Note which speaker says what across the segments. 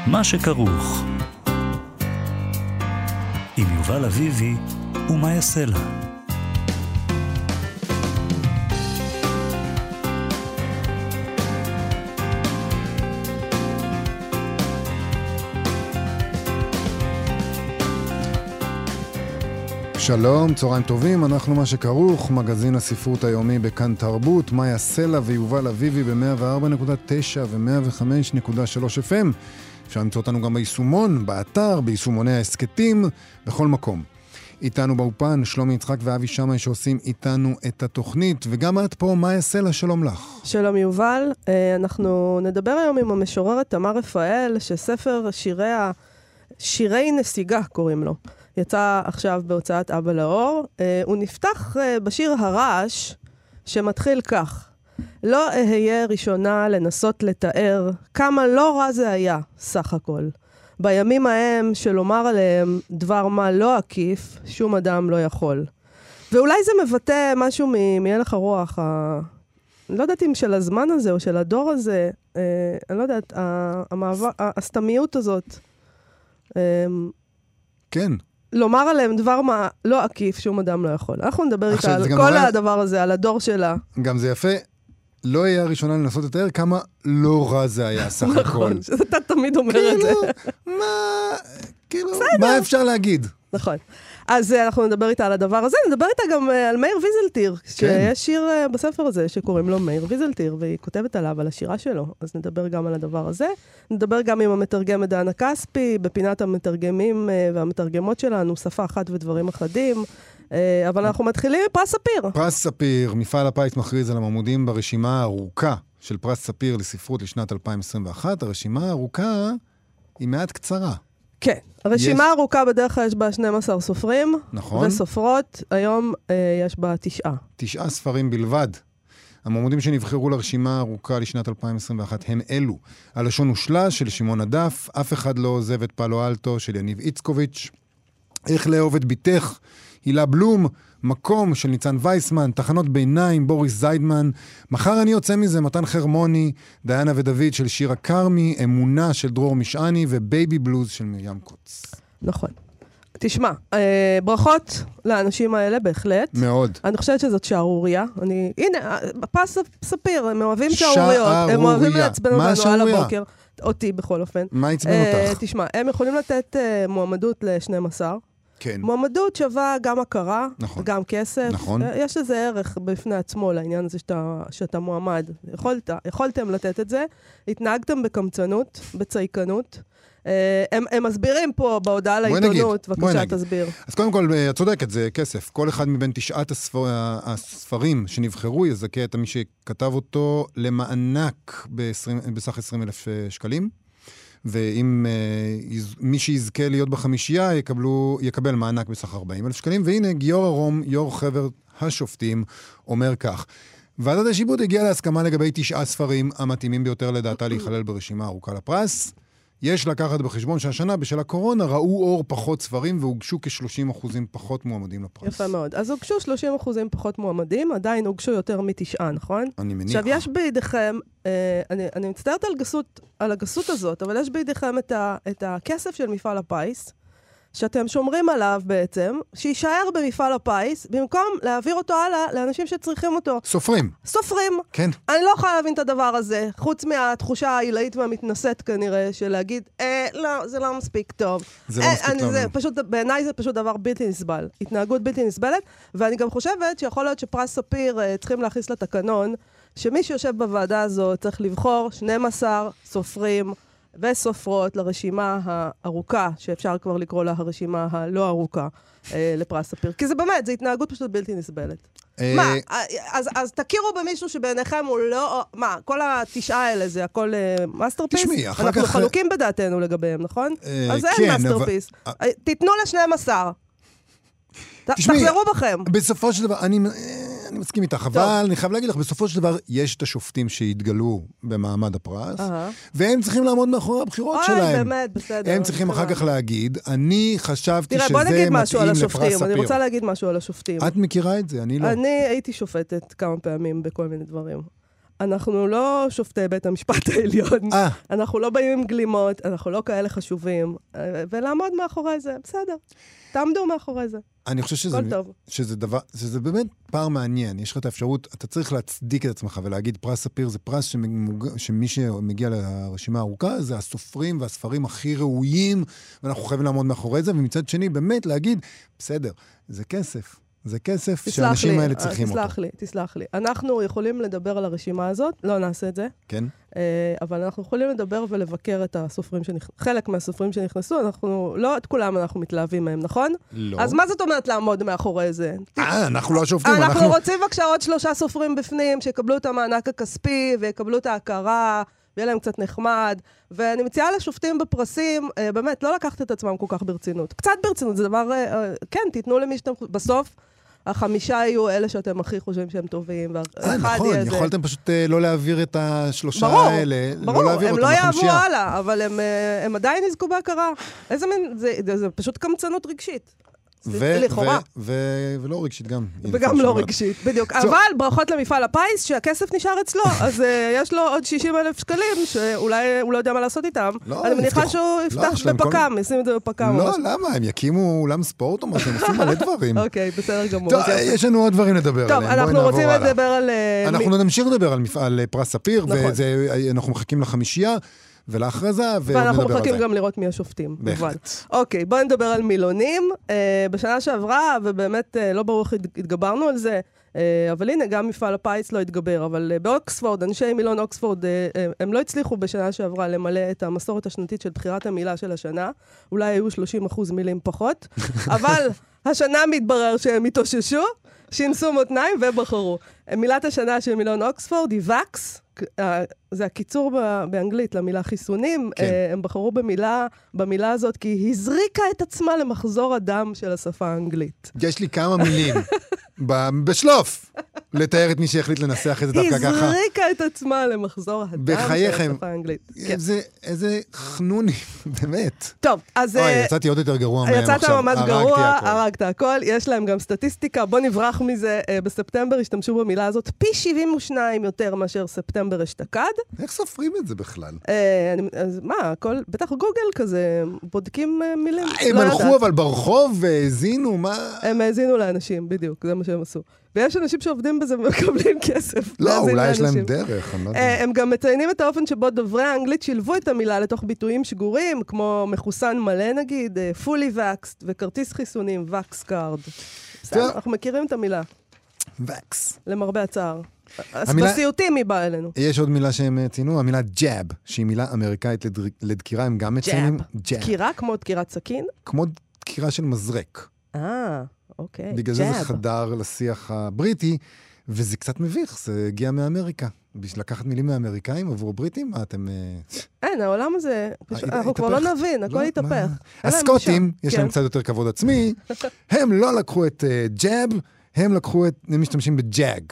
Speaker 1: מה שכרוך. עם יובל אביבי ומה יעשה לה.
Speaker 2: שלום, צהריים טובים, אנחנו מה שכרוך, מגזין הספרות היומי בכאן תרבות, מאיה סלע ויובל אביבי ב-104.9 ו-105.3 FM. אפשר למצוא אותנו גם ביישומון, באתר, ביישומוני העסקתים, בכל מקום. איתנו באופן, שלומי יצחק ואבי שמאי שעושים איתנו את התוכנית, וגם את פה, מאיה סלע, שלום לך.
Speaker 3: שלום יובל, אנחנו נדבר היום עם המשוררת תמר רפאל, שספר שיריה, שירי נסיגה קוראים לו. יצא עכשיו בהוצאת אבא לאור. הוא נפתח בשיר הרעש, שמתחיל כך: לא אהיה ראשונה לנסות לתאר כמה לא רע זה היה, סך הכל. בימים ההם שלומר עליהם דבר מה לא עקיף, שום אדם לא יכול. ואולי זה מבטא משהו מהלך הרוח, אני לא יודעת אם של הזמן הזה או של הדור הזה, אני לא יודעת, הסתמיות הזאת.
Speaker 2: כן.
Speaker 3: לומר עליהם דבר מה לא עקיף, שום אדם לא יכול. אנחנו נדבר איתה על כל הדבר הזה, על הדור שלה.
Speaker 2: גם זה יפה, לא יהיה הראשונה לנסות לתאר כמה לא רע זה היה סך הכל.
Speaker 3: נכון, אתה תמיד אומר את זה.
Speaker 2: מה אפשר להגיד?
Speaker 3: נכון. אז אנחנו נדבר איתה על הדבר הזה, נדבר איתה גם על מאיר ויזלטיר, שיש שיר בספר הזה שקוראים לו מאיר ויזלטיר, והיא כותבת עליו, על השירה שלו, אז נדבר גם על הדבר הזה. נדבר גם עם המתרגמת דנה כספי, בפינת המתרגמים והמתרגמות שלנו, שפה אחת ודברים אחדים, אבל אנחנו מתחילים מפרס ספיר.
Speaker 2: פרס ספיר, מפעל הפיס מכריז על המועמדים ברשימה הארוכה של פרס ספיר לספרות לשנת 2021. הרשימה הארוכה היא מעט קצרה.
Speaker 3: כן, הרשימה הארוכה בדרך כלל יש בה 12 סופרים,
Speaker 2: נכון.
Speaker 3: וסופרות, היום יש בה 9.
Speaker 2: 9 ספרים בלבד. המועמדים שנבחרו לרשימה הארוכה לשנת 2021 הם אלו: הלשון ושלה של שמעון הדף, אף אחד לא עוזב את פאלו אלטו של יניב איצקוביץ', איך לאהוב את ביתך, הילה בלום, מקום של ניצן וייסמן, תחנות ביניים, בוריס זיידמן, מחר אני יוצא מזה, מתן חרמוני, דיינה ודוד של שירה קרמי, אמונה של דרור משעני ובייבי בלוז של מרים קוץ.
Speaker 3: נכון. תשמע, ברכות לאנשים האלה בהחלט.
Speaker 2: מאוד.
Speaker 3: אני חושבת שזאת שערוריה. הנה, פרס ספיר, הם אוהבים שערוריות. הם אוהבים לעצבן אותנו על הבוקר. אותי בכל אופן.
Speaker 2: מה עצבן אותך?
Speaker 3: תשמע, הם יכולים לתת מועמדות ל-12.
Speaker 2: כן.
Speaker 3: מועמדות שווה גם הכרה,
Speaker 2: נכון.
Speaker 3: גם כסף.
Speaker 2: נכון.
Speaker 3: יש איזה ערך בפני עצמו לעניין הזה שאתה מועמד. יכולתם לתת את זה. התנהגתם בקמצנות, בצייקנות. הם מסבירים פה בהודעה לעיתונות, בבקשה תסביר.
Speaker 2: אז קודם כל, את צודקת, זה כסף. כל אחד מבין 9 הספרים שנבחרו יזכה את מי שכתב אותו למענק בסך 20,000 שקלים. ואם מי שיזכה להיות בחמישייה יקבל מענק בסך 40,000 שקלים. והנה גיורא רום, יו"ר חבר השופטים, אומר כך: ועדת השיבוט הגיעה להסכמה לגבי 9 ספרים המתאימים ביותר לדעתה להיכלל ברשימה ארוכה לפרס. יש לקחת בחשבון שהשנה בשל הקורונה ראו אור פחות ספרים והוגשו כ-30% פחות מועמדים לפרס.
Speaker 3: יפה מאוד. אז הוגשו 30% פחות מועמדים, עדיין הוגשו יותר מ9, נכון?
Speaker 2: אני מניח.
Speaker 3: עכשיו יש בידיכם, אני מצטערת על הגסות הזאת, אבל יש בידיכם את הכסף של מפעל הפיס, שאתם שומרים עליו בעצם, שישאר במפעל הפיס, במקום להעביר אותו הלאה לאנשים שצריכים אותו.
Speaker 2: סופרים.
Speaker 3: סופרים.
Speaker 2: כן.
Speaker 3: אני לא יכולה להבין את הדבר הזה, חוץ מהתחושה העילאית והמתנשאת כנראה, של להגיד, לא, זה לא מספיק טוב.
Speaker 2: זה לא מספיק טוב.
Speaker 3: בעיניי זה פשוט דבר בלתי נסבל. התנהגות בלתי נסבלת, ואני גם חושבת שיכול להיות שפרס ספיר צריכים להכניס לתקנון, שמי שיושב בוועדה הזו צריך לבחור 12 סופרים, וסופרות לרשימה הארוכה, שאפשר כבר לקרוא לה הרשימה הלא ארוכה, לפרס ספיר. כי זה באמת, זה התנהגות פשוט בלתי נסבלת. מה? אז תכירו במישהו שבעיניכם הוא לא... מה? כל 9 האלה זה הכל מאסטרפיס?
Speaker 2: תשמעי, אחר כך...
Speaker 3: אנחנו חלוקים בדעתנו לגביהם, נכון? אז אין מאסטרפיס. תיתנו ל-12. תחזרו בכם.
Speaker 2: בסופו של דבר, אני מסכים איתך, אבל אני חייב להגיד לך, בסופו של דבר יש את השופטים שהתגלו במעמד הפרס, והם צריכים לעמוד מאחורי הבחירות שלהם.
Speaker 3: באמת, בסדר.
Speaker 2: הם צריכים אחר כך להגיד, אני חשבתי שזה
Speaker 3: תראה, בוא נגיד משהו על
Speaker 2: מתאים לפרס
Speaker 3: השופטים.
Speaker 2: ספיר.
Speaker 3: אני רוצה להגיד משהו על השופטים.
Speaker 2: את מכירה את זה, אני לא.
Speaker 3: אני הייתי שופטת כמה פעמים בכל מיני דברים. אנחנו לא שופטי בית המשפט העליון. אנחנו לא באים עם גלימות, אנחנו לא כאלה חשובים. ולעמוד מאחורי זה, בסדר. תעמדו מאחורי זה.
Speaker 2: אני חושב שזה באמת פער מעניין. יש לך את האפשרות, אתה צריך להצדיק את עצמך ולהגיד, פרס ספיר זה פרס שמי שמגיע לרשימה הארוכה, זה הסופרים והספרים הכי ראויים, ואנחנו חייבים לעמוד מאחורי זה, ומצד שני, באמת להגיד, בסדר, זה כסף. זה כסף שהאנשים האלה צריכים אותו.
Speaker 3: תסלח לי. אנחנו יכולים לדבר על הרשימה הזאת, לא נעשה את זה.
Speaker 2: כן.
Speaker 3: אבל אנחנו יכולים לדבר ולבקר את הסופרים חלק מהסופרים שנכנסו, לא את כולם אנחנו מתלהבים מהם, נכון?
Speaker 2: לא.
Speaker 3: אז מה זאת אומרת לעמוד מאחורי זה?
Speaker 2: אנחנו לא שופטים.
Speaker 3: אנחנו רוצים בבקשה עוד 3 סופרים בפנים, שיקבלו את המענק הכספי, ויקבלו את ההכרה, ויהיה להם קצת נחמד, ואני מציעה לשופטים בפרסים, באמת, לא לקחת את עצמם כל כך ברצינות. קצת ברצינות, זה דבר, כן, תיתנו למי שאתם, בסוף, 5 יהיו אלה שאתם הכי חושבים שהם טובים,
Speaker 2: נכון, יכולתם פשוט לא להעביר את 3 האלה,
Speaker 3: ברור, הם לא יעברו הלאה, אבל הם עדיין יזכו בהכרה. איזה מין, זה פשוט קמצנות רגשית. לכאורה.
Speaker 2: ולא רגשית גם.
Speaker 3: וגם לא רגשית, בדיוק. אבל ברכות למפעל הפיס, שהכסף נשאר אצלו, אז יש לו עוד 60,000 שקלים, שאולי הוא לא יודע מה לעשות איתם. אני מניחה שהוא יפתח בפקם, ישים את זה בפקם.
Speaker 2: לא, למה? הם יקימו אולם ספורט או מה? הם עושים מלא דברים.
Speaker 3: אוקיי, בסדר גמור.
Speaker 2: טוב, יש לנו עוד דברים לדבר עליהם.
Speaker 3: טוב, אנחנו רוצים לדבר על...
Speaker 2: אנחנו נמשיך לדבר על פרס ספיר, ואנחנו מחכים לחמישייה. ולאחרזה,
Speaker 3: ואנחנו מחכים גם לראות מי השופטים.
Speaker 2: בהחלט.
Speaker 3: אוקיי, בואו נדבר על מילונים. בשנה שעברה, ובאמת לא ברור איך התגברנו על זה, אבל הנה, גם מפעל הפיס לא התגבר, אבל באוקספורד, אנשי מילון אוקספורד, הם לא הצליחו בשנה שעברה למלא את המסורת השנתית של בחירת המילה של השנה. אולי היו 30% מילים פחות, אבל השנה מתברר שהם התאוששו, שינסו מותניים ובחרו. מילת השנה של מילון אוקספורד היא וקס, זה הקיצור באנגלית למילה חיסונים, הם בחרו במילה הזאת כי היא הזריקה את עצמה למחזור הדם של השפה האנגלית.
Speaker 2: יש לי כמה מילים, בשלוף, לתאר את מי שהחליט לנסח את זה דווקא ככה.
Speaker 3: היא הזריקה את עצמה למחזור הדם של השפה האנגלית.
Speaker 2: איזה חנוני, באמת.
Speaker 3: טוב, אז...
Speaker 2: יצאתי עוד יותר גרוע מהם עכשיו.
Speaker 3: יצאת ממש גרוע, הרגת הכל, יש להם גם סטטיסטיקה, בוא נברח מזה, בספטמבר השתמשו במילה הזאת פי 72 יותר מאשר ספטמבר אשתקד.
Speaker 2: איך סופרים את זה בכלל?
Speaker 3: אז מה, בטח גוגל כזה, בודקים מילים.
Speaker 2: הם הלכו אבל ברחוב והזינו, מה?
Speaker 3: הם הזינו לאנשים, בדיוק, זה מה שהם עשו. ויש אנשים שעובדים בזה ומקבלים כסף.
Speaker 2: לא, אולי יש להם דרך, אני לא יודע.
Speaker 3: הם גם מציינים את האופן שבו דוברי האנגלית שילבו את המילה לתוך ביטויים שגורים, כמו מחוסן מלא נגיד, fully vaxxed, וכרטיס חיסונים, vax card. אנחנו מכירים את המילה.
Speaker 2: vax.
Speaker 3: למרבה הצער. בסיוטים היא באה אלינו.
Speaker 2: יש עוד מילה שהם ציינו, המילה ג'אב, שהיא מילה אמריקאית לדקירה, הם גם מציינים.
Speaker 3: ג'אב. דקירה כמו דקירת סכין?
Speaker 2: כמו דקירה של מזרק.
Speaker 3: אוקיי.
Speaker 2: בגלל זה זה חדר לשיח הבריטי, וזה קצת מביך, זה הגיע מאמריקה. בשביל לקחת מילים מאמריקאים עבור בריטים, מה אתם...
Speaker 3: אין, העולם הזה, אנחנו כבר לא נבין, הכל יתהפך.
Speaker 2: הסקוטים, יש להם קצת יותר כבוד עצמי, הם לא לקחו את ג'אב, הם משתמשים בג'אג.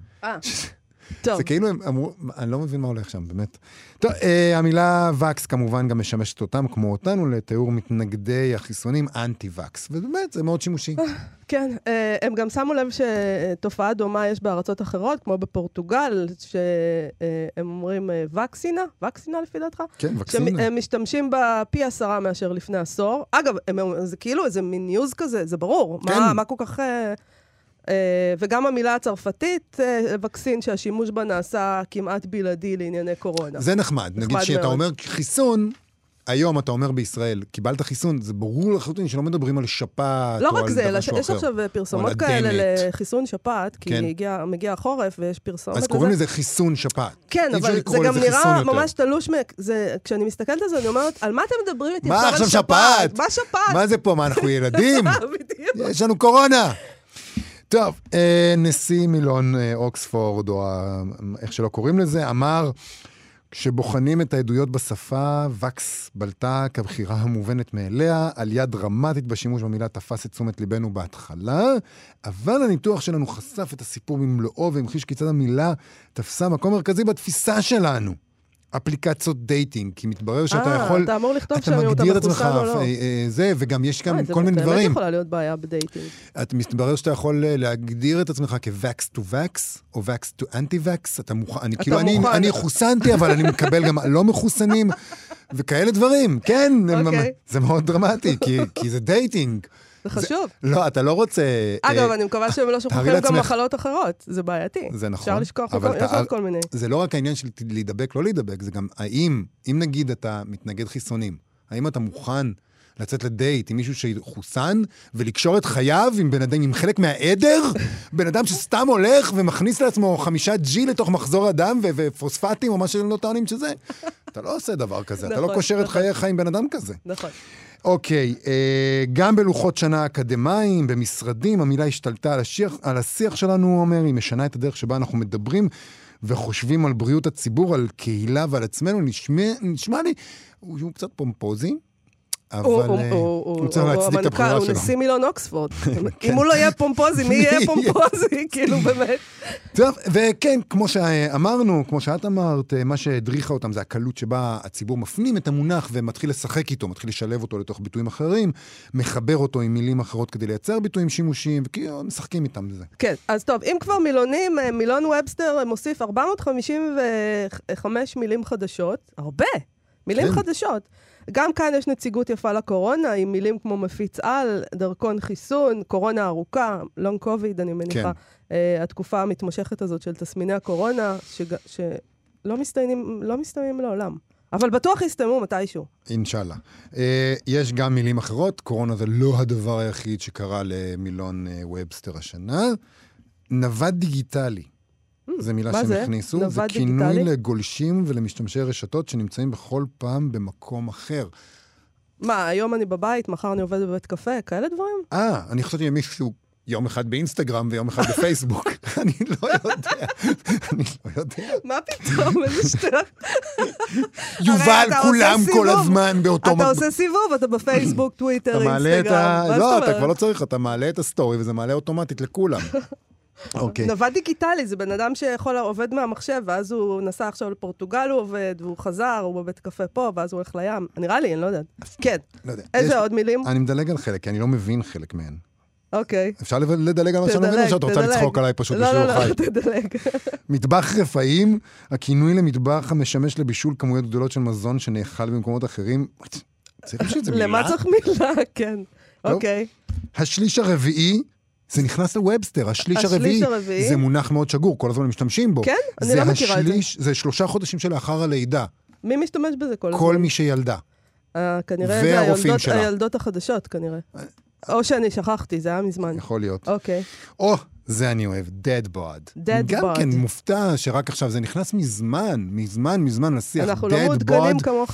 Speaker 3: טוב.
Speaker 2: זה כאילו הם אמרו, אני לא מבין מה הולך שם, באמת. טוב, המילה וקס כמובן גם משמשת אותם, כמו אותנו, לתיאור מתנגדי החיסונים, אנטי-וקס. ובאמת, זה מאוד שימושי.
Speaker 3: כן, הם גם שמו לב שתופעה דומה יש בארצות אחרות, כמו בפורטוגל, שהם אומרים וקסינה לפי דעתך?
Speaker 2: כן, וקסינה.
Speaker 3: שהם משתמשים בה פי 10 מאשר לפני עשור. אגב, זה כאילו איזה מין ניוז כזה, זה ברור. מה כל כך... וגם המילה הצרפתית, וקסין, שהשימוש בה נעשה כמעט בלעדי לענייני קורונה.
Speaker 2: זה נחמד. נגיד שאתה אומר חיסון, היום אתה אומר בישראל, קיבלת חיסון, זה ברור לחלוטין שלא מדברים על שפעת
Speaker 3: לא רק זה, אלא יש עכשיו פרסומות כאלה לחיסון שפעת, כי מגיע החורף ויש פרסומת לזה.
Speaker 2: אז קוראים לזה חיסון שפעת.
Speaker 3: כן, אבל זה גם נראה ממש תלוש, כשאני מסתכלת על זה, אני אומרת, על מה אתם מדברים איתי?
Speaker 2: מה עכשיו שפעת?
Speaker 3: מה שפעת?
Speaker 2: מה זה פה? מה, אנחנו ילדים? יש לנו קורונה. טוב, נשיא מילון אוקספורד, או איך שלא קוראים לזה, אמר, כשבוחנים את העדויות בשפה, וקס בלטה כבחירה המובנת מאליה, עלייה דרמטית בשימוש במילה תפס את תשומת ליבנו בהתחלה, אבל הניתוח שלנו חשף את הסיפור במלואו, והמחיש כיצד המילה תפסה מקום מרכזי בתפיסה שלנו. אפליקציות דייטינג, כי מתברר שאתה יכול...
Speaker 3: אתה אמור לכתוב
Speaker 2: אתה
Speaker 3: שם אם אתה
Speaker 2: מגדיר את עצמך,
Speaker 3: מחוסן או לא.
Speaker 2: זה, וגם יש גם כל מיני
Speaker 3: זה
Speaker 2: דברים.
Speaker 3: באמת יכולה להיות בעיה בדייטינג.
Speaker 2: מתברר שאתה יכול להגדיר את עצמך כ-vax to vax, או vax to anti-vax, אתה מוכן, אני חוסנתי, אבל אני מקבל גם לא מחוסנים, וכאלה דברים, כן, זה מאוד דרמטי, כי זה דייטינג.
Speaker 3: זה חשוב.
Speaker 2: לא, אתה לא רוצה...
Speaker 3: אגב, אני מקווה שהם לא שוכחים גם מחלות אחרות. זה בעייתי.
Speaker 2: זה נכון.
Speaker 3: אפשר לשכוח, יש עוד כל מיני.
Speaker 2: זה לא רק העניין של להידבק, לא להידבק, זה גם האם, אם נגיד אתה מתנגד חיסונים, האם אתה מוכן לצאת לדייט עם מישהו שחוסן, ולקשור את חייו עם בן אדם, עם חלק מהעדר, בן אדם שסתם הולך ומכניס לעצמו 5G לתוך מחזור הדם, ופוספטים או מה שהם לא טוענים שזה. אתה לא עושה דבר כזה, אתה לא קושר את חייך עם בן אדם כזה.
Speaker 3: נכון.
Speaker 2: אוקיי, גם בלוחות שנה אקדמיים, במשרדים, המילה השתלטה על השיח שלנו, אומר, היא משנה את הדרך שבה אנחנו מדברים וחושבים על בריאות הציבור, על קהילה ועל עצמנו. נשמע לי, הוא קצת פומפוזי, אבל הוא צריך להצדיק את הבחירה שלו.
Speaker 3: הוא נשיא מילון אוקספורד. אם הוא לא יהיה פומפוזי, מי יהיה פומפוזי? כאילו באמת.
Speaker 2: טוב, וכן, כמו שאמרנו, כמו שאת אמרת, מה שהדריכה אותם זה הקלות שבה הציבור מפנים את המונח ומתחיל לשחק איתו, מתחיל לשלב אותו לתוך ביטויים אחרים, מחבר אותו עם מילים אחרות כדי לייצר ביטויים שימושיים, וכאילו משחקים איתם בזה.
Speaker 3: כן, אז טוב, אם כבר מילונים, מילון ובסטר מוסיף 455 מילים חדשות, הרבה מילים חדשות. גם כאן יש נציגות יפה לקורונה, עם מילים כמו מפיץ על, דרכון חיסון, קורונה ארוכה, לונג קוביד, אני מניחה. התקופה המתמשכת הזאת של תסמיני הקורונה, שלא מסתיימים לעולם. אבל בטוח יסתיימו מתישהו.
Speaker 2: אינשאללה. יש גם מילים אחרות, קורונה זה לא הדבר היחיד שקרה למילון ובסטר השנה. נווד דיגיטלי. זה מילה שהם הכניסו, זה כינוי לגולשים ולמשתמשי רשתות שנמצאים בכל פעם במקום אחר.
Speaker 3: מה, היום אני בבית, מחר אני עובד בבית קפה, כאלה דברים?
Speaker 2: אני חושבתי מישהו יום אחד באינסטגרם ויום אחד בפייסבוק. אני לא יודע.
Speaker 3: מה פתאום? איזה שטויות.
Speaker 2: יובל, כולם כל הזמן באותו...
Speaker 3: אתה עושה סיבוב, אתה בפייסבוק, טוויטר, אינסטגרם.
Speaker 2: לא, אתה כבר לא צריך, אתה מעלה את הסטורי וזה מעלה אוטומטית לכולם.
Speaker 3: נווד דיגיטלי, זה בן אדם שיכול עובד מהמחשב, ואז הוא נסע עכשיו לפורטוגל, הוא עובד, והוא חזר, הוא בבית קפה פה, ואז הוא הולך לים. נראה לי, אני לא יודעת. כן. איזה עוד מילים?
Speaker 2: אני מדלג על חלק, כי אני לא מבין חלק מהן.
Speaker 3: אוקיי.
Speaker 2: אפשר לדלג על מה שאני מבין, או שאת רוצה לצחוק עליי פשוט בשיעור חי?
Speaker 3: לא, תדלג.
Speaker 2: מטבח רפאים, הכינוי למטבח המשמש לבישול כמויות גדולות של מזון שנאכל במקומות אחרים. צריך שזה מילה?
Speaker 3: למה צריך מילה? כן. אוקיי.
Speaker 2: השליש הרביעי, זה נכנס לוובסטר, השליש הרביעי, זה מונח מאוד שגור, כל הזמן משתמשים בו.
Speaker 3: כן? אני לא מכירה את זה.
Speaker 2: זה 3 חודשים שלאחר הלידה.
Speaker 3: מי משתמש בזה כל הזמן?
Speaker 2: כל מי שילדה.
Speaker 3: כנראה זה הילדות החדשות, כנראה. או שאני שכחתי, זה היה מזמן.
Speaker 2: יכול להיות.
Speaker 3: אוקיי.
Speaker 2: זה אני אוהב, dead bod.
Speaker 3: dead bod.
Speaker 2: גם כן מופתע שרק עכשיו, זה נכנס מזמן לשיח.
Speaker 3: אנחנו לא מעודכנים כמוך.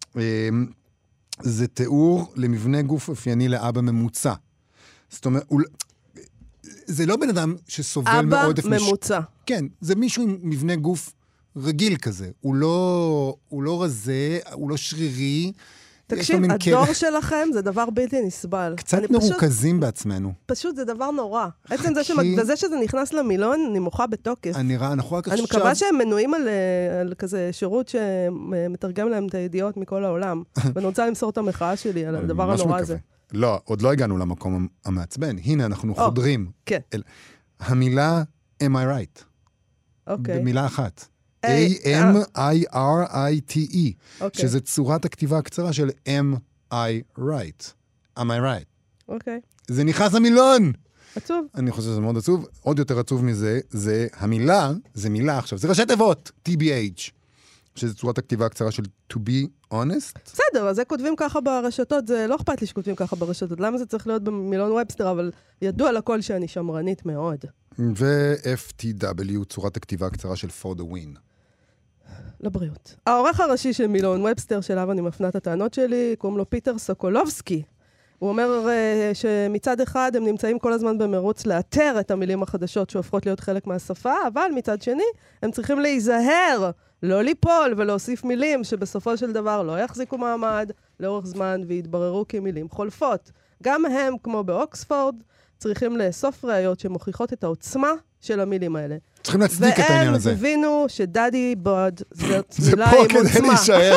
Speaker 2: זה תיאור למבנה גוף אופייני לאבא ממוצע. זאת אומרת, זה לא בן אדם שסובל מעודף
Speaker 3: אבא ממוצע.
Speaker 2: כן, זה מישהו עם מבנה גוף רגיל כזה. הוא לא רזה, הוא לא שרירי.
Speaker 3: תקשיב, הדור שלכם זה דבר בלתי נסבל.
Speaker 2: קצת מרוכזים בעצמנו.
Speaker 3: פשוט זה דבר נורא. עצם זה שזה נכנס למילון, אני מוחה בתוקף.
Speaker 2: אני
Speaker 3: מקווה שהם מנויים על כזה שירות שמתרגם להם את הידיעות מכל העולם. ואני רוצה למסור את המחאה שלי על הדבר הנורא הזה.
Speaker 2: לא, עוד לא הגענו למקום המעצבן. הנה, אנחנו חודרים.
Speaker 3: כן.
Speaker 2: המילה am I right.
Speaker 3: אוקיי.
Speaker 2: במילה אחת. A-M-I-R-I-T-E. שזה צורת הכתיבה הקצרה של am I right. am I right.
Speaker 3: אוקיי.
Speaker 2: זה נכנס למילון.
Speaker 3: עצוב.
Speaker 2: אני חושב שזה מאוד עצוב. עוד יותר עצוב מזה, זה המילה, זה מילה עכשיו. זה ראשי תיבות, TBH. שזה צורת הכתיבה הקצרה של to be honest.
Speaker 3: בסדר, אז זה כותבים ככה ברשתות, זה לא אכפת לי שכותבים ככה ברשתות. למה זה צריך להיות במילון ובסטר, אבל ידוע לכל שאני שמרנית מאוד.
Speaker 2: ו-FTW, צורת הכתיבה הקצרה של for the win.
Speaker 3: לבריאות. העורך הראשי של מילון ובסטר, שלו אני מפנה את הטענות שלי, קוראים לו פיטר סוקולובסקי. הוא אומר שמצד אחד הם נמצאים כל הזמן במרוץ לאתר את המילים החדשות שהופכות להיות חלק מהשפה, אבל מצד שני הם צריכים להיזהר, לא ליפול ולהוסיף מילים שבסופו של דבר לא יחזיקו מעמד לאורך זמן ויתבררו כמילים חולפות. גם הם, כמו באוקספורד, צריכים לאסוף ראיות שמוכיחות את העוצמה של המילים האלה.
Speaker 2: צריכים להצדיק את העניין הזה.
Speaker 3: והם הבינו שדאדי בוד זאת
Speaker 2: זה
Speaker 3: מילה
Speaker 2: פה
Speaker 3: עם
Speaker 2: כדי
Speaker 3: עוצמה.
Speaker 2: להישאר.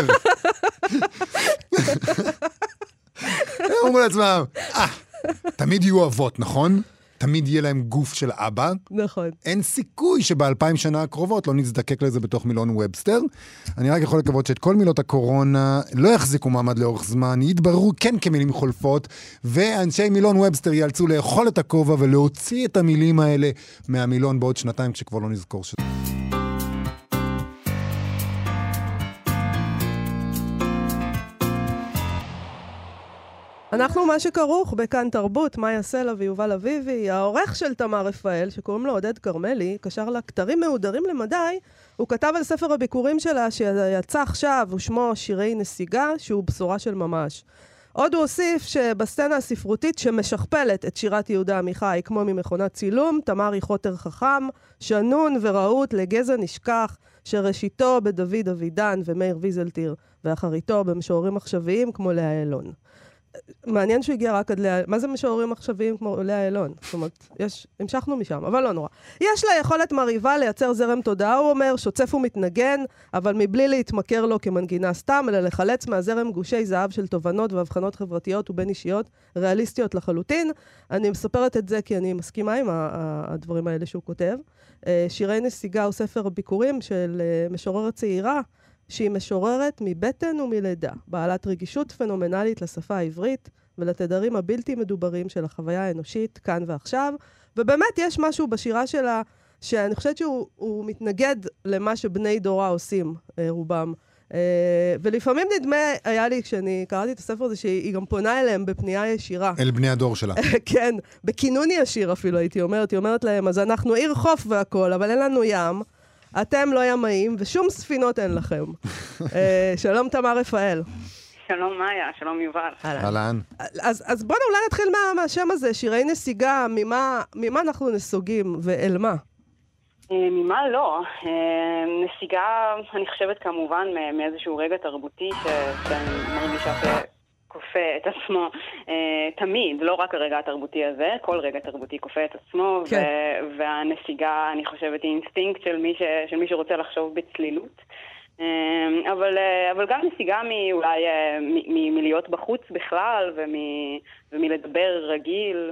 Speaker 2: הם אומרים לעצמם, תמיד יהיו אבות, נכון? תמיד יהיה להם גוף של אבא.
Speaker 3: נכון.
Speaker 2: אין סיכוי שב-2000 שנה הקרובות לא נזדקק לזה בתוך מילון ובסטר. אני רק יכול לקוות שאת כל מילות הקורונה לא יחזיקו מעמד לאורך זמן, יתבררו כן כמילים חולפות, ואנשי מילון ובסטר יאלצו לאכול את הכובע ולהוציא את המילים האלה מהמילון בעוד שנתיים, כשכבר לא נזכור שזה.
Speaker 3: אנחנו מה שכרוך בכאן תרבות, מאיה סלע ויובל אביבי. העורך של תמר רפאל, שקוראים לו עודד קרמלי, קשר לה כתרים מהודרים למדי, הוא כתב על ספר הביקורים שלה שיצא עכשיו, ושמו שירי נסיגה, שהוא בשורה של ממש. עוד הוא הוסיף שבסצנה הספרותית שמשכפלת את שירת יהודה עמיחי, כמו ממכונת צילום, תמר היא חוטר חכם, שנון ורעות לגזע נשכח, שראשיתו בדוד אבידן ומאיר ויזלטיר, ואחריתו במשוררים עכשוויים כמו לאה אילון. מעניין שהוא הגיע רק עד לאה, מה זה משוררים עכשוויים כמו לאה אילון? זאת אומרת, המשכנו משם, אבל לא נורא. יש לה יכולת מרהיבה לייצר זרם תודעה, הוא אומר, שוצף ומתנגן, אבל מבלי להתמכר לו כמנגינה סתם, אלא לחלץ מהזרם גושי זהב של תובנות והבחנות חברתיות ובין אישיות, ריאליסטיות לחלוטין. אני מספרת את זה כי אני מסכימה עם הדברים האלה שהוא כותב. שירי נסיגה הוא ספר הביקורים של משוררת צעירה, שהיא משוררת מבטן ומלידה, בעלת רגישות פנומנלית לשפה העברית ולתדרים הבלתי מדוברים של החוויה האנושית כאן ועכשיו, ובאמת יש משהו בשירה שלה שאני חושבת שהוא מתנגד למה שבני דורה עושים, רובם. ולפעמים נדמה היה לי, כשאני קראתי את הספר הזה, שהיא גם פונה אליהם בפנייה ישירה.
Speaker 2: אל בני הדור שלה.
Speaker 3: כן, בכינון ישיר אפילו הייתי אומרת, היא אומרת להם, אז אנחנו עיר חוף והכל, אבל אין לנו ים, אתם לא ימאים, ושום ספינות אין לכם. שלום תמר רפאל.
Speaker 4: שלום מאיה, שלום יובל.
Speaker 2: אהלן.
Speaker 3: אז בואו אולי נתחיל מהשם הזה, שירי נסיגה, ממה אנחנו נסוגים ואל מה?
Speaker 4: ממה לא. נסיגה, אני חושבת כמובן מאיזשהו רגע תרבותי שאני מרגישה כופה את עצמו תמיד, לא רק הרגע התרבותי הזה, כל רגע תרבותי כופה את עצמו, כן. והנסיגה, אני חושבת, היא אינסטינקט של מי שרוצה לחשוב בצלילות. אבל גם נסיגה אולי מלהיות בחוץ בכלל, ומלדבר רגיל.